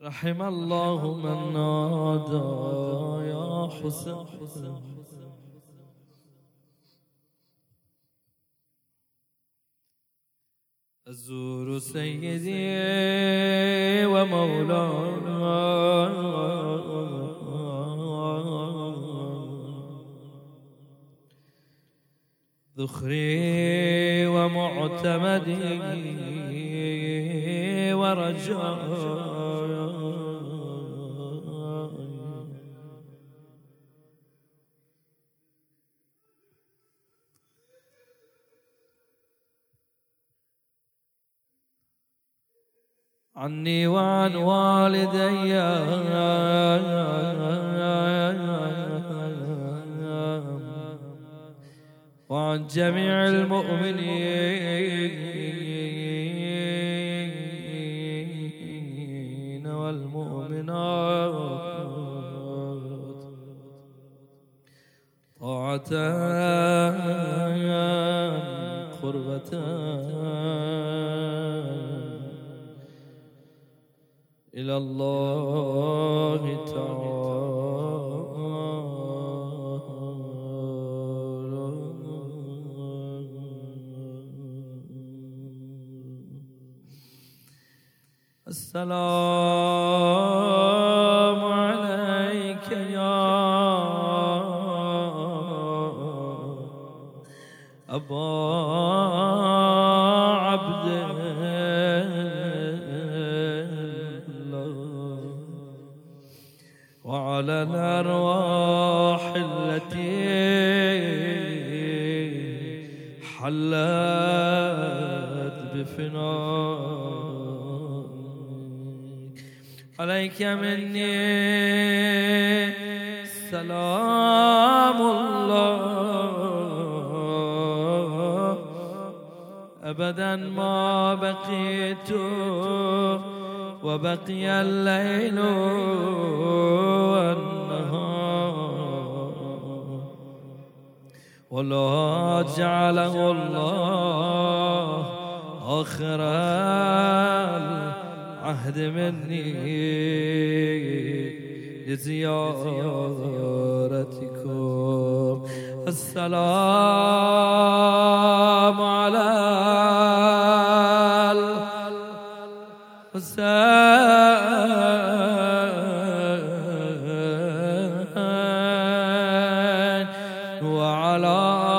رحم الله من نادى يا حسين أزور سيدي ومولاي ذخري ومعتمدي ورجائي عني وعن والدي وعن جميع المؤمنين والمؤمنات طاعة قربة إلى الله تعالى. السلام عليك يا أبا عبد الله وعلى الأرواح التي حلت بفنائك عليك مني سلام الله أبدا ما بقيت وبقي الليل والنهار ولا جعله الله آخر العهد مني لزيارتكم. السلام على الحسين وعلى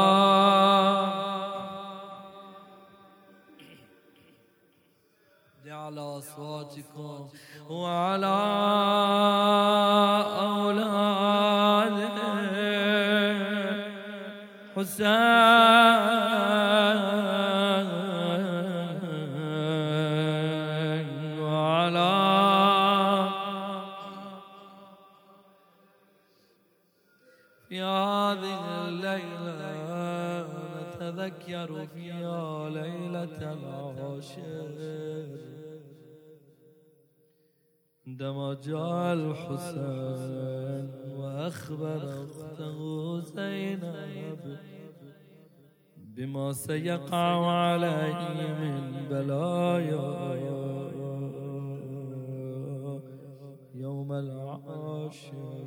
أصواتكم وعلى أولاد حسين وعلى في هذه الليلة نتذكر فيها ليلة العاشر عندما جاء الحسين وأخبر أخته زينب بما سيقع عليه من بلايا يوم العاشر.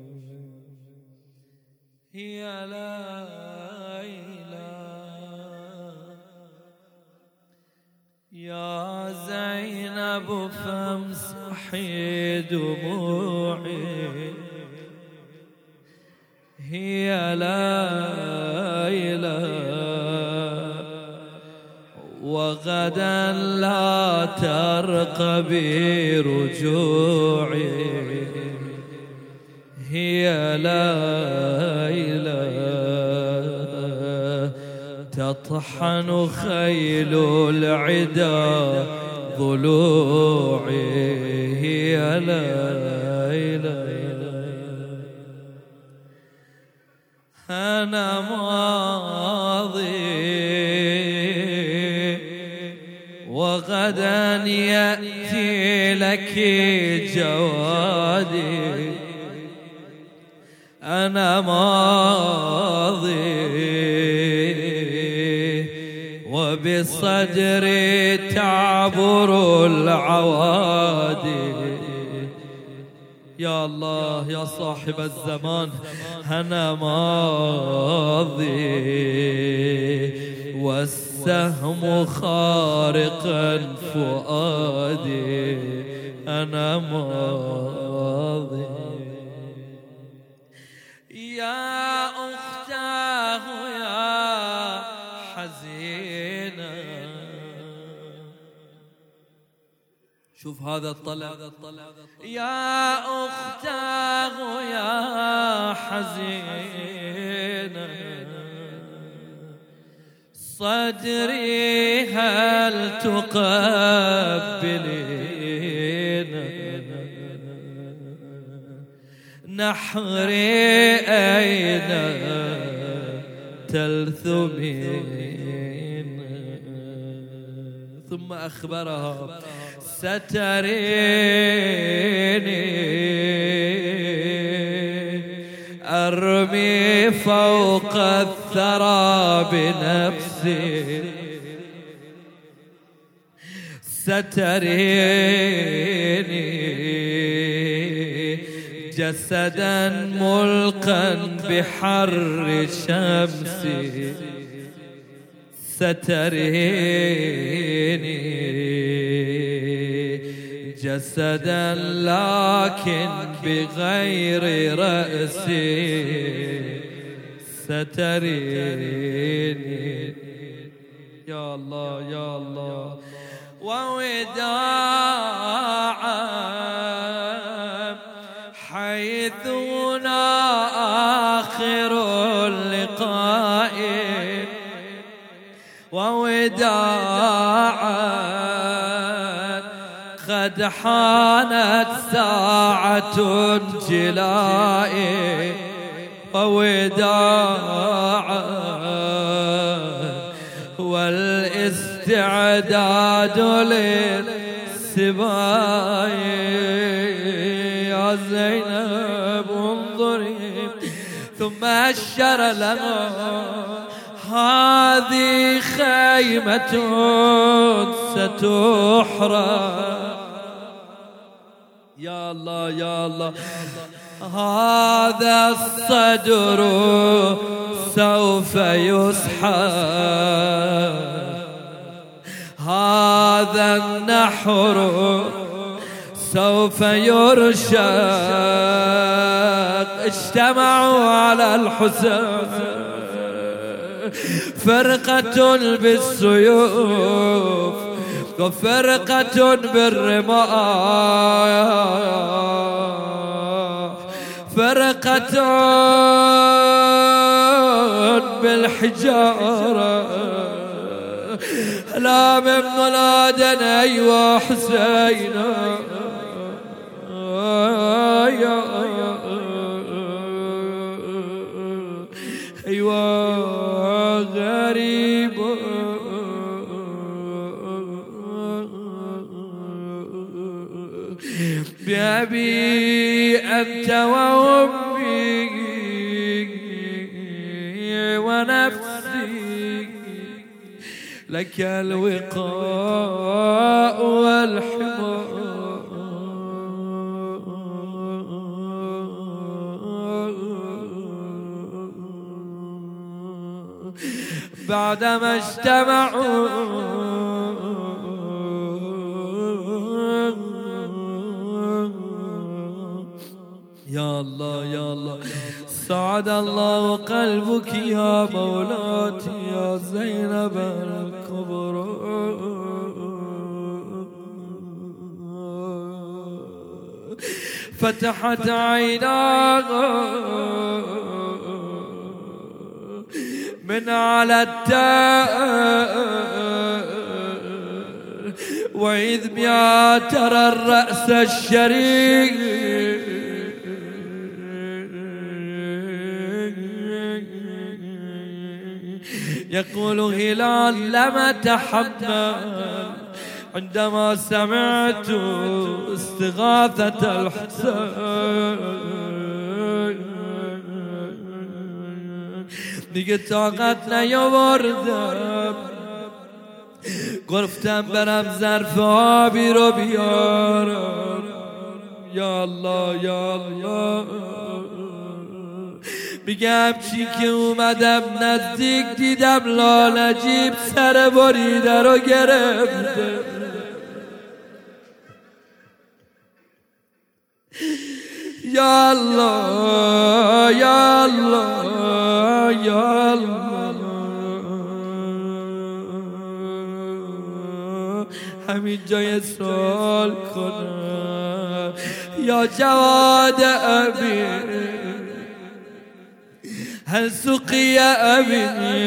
هي ليلى يا زينب فامسحي دموعي. هي ليلى وغدا لا ترقبي رجوعي. هي ليلى تطحن خيل العدا ضلوعي. هي ليلى أنا ماضي وغدا يأتي لك جوادي. أنا ماضي وبصدري تعبر العوادي. يا الله يا صاحب الزمان أنا ماضي والسهم خارق الفؤاد أنا ماضي يا أختاه يا حزينة. شوف هذا الطلع يا أختاه يا حزينة صدري هل تقبلين نحري أين تلثمين. ثم أخبرها ستريني أرمي فوق الثرى بنفسي ستريني جسدا ملقا بحر شمسي ستريني جسدا لكن بغير رأسي ستريني. يا الله يا الله. ووداعا حيث آخر اللقاء ووداعا قد حانت ساعة جلائي ووداعا والاستعداد للسباع. يا زينب انظري ثم أشر لها هذه خيمة ستحرق. يا الله يا الله. هذا الصدر سوف يسحق هذا النحر سوف يرشق. اجتمعوا على الحسين فرقة بالسيوف وفرقة بالرماح فرقة بالحجارة. لا من مولادنا أيوة حسين أيوة غريب بأبي أنت وأمي ونفسي لك الوقاء والحماء. بعدما اجتمعوا يا الله يا الله. سعد الله قلبك يا مولاتي يا زينب الكبرى. فتحت عيناها من على التاء وإذ بها ترى الرأس الشريف يقول هلال لم تحمل عندما سمعت استغاثة الحسين. دیگه طاقت نیاوردم گفتم برم ظرف آبی رو بیارم یا الله یا الله. میگم چی که اومدم نزدیک دیدم لالجیب سر بریده رو گرفته. یا الله یا الله یا الله. همین جای سوال کنم یا جواد ابی هل سقی ابی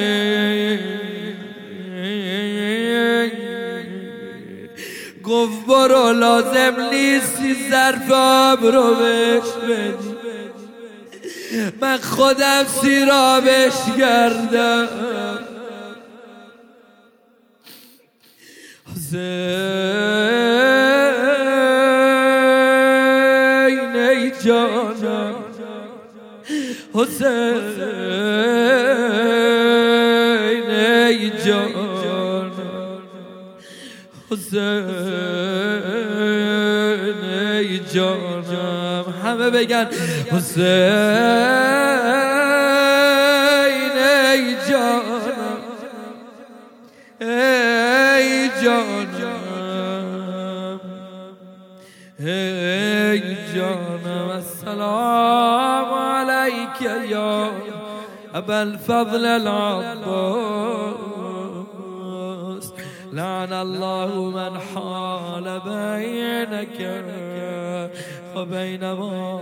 گفت برو لازم نیستی ظرف آب رو بهش بدی من خودم سیرابش کردم. حسین ای جانم حسین ای جانم حسین ای جانم. همه بگن حسین ای جانم ای جانم ای جانم. السلام علیک یا ابا الفضل العباس لعن الله من حال بینک و بین ماء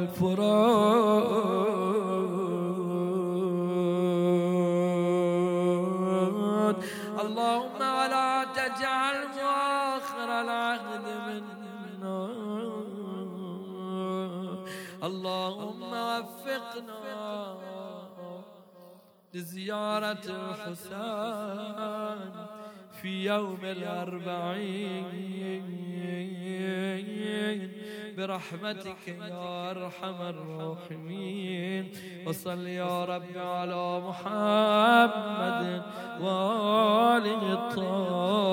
الفرات. اللهم ولا تجعل آخر العهد منا. اللهم وفقنا لزيارة الحسين في يوم الأربعين برحمتك يا أرحم الراحمين. وصل يا رب على محمد وآله الطاهرين.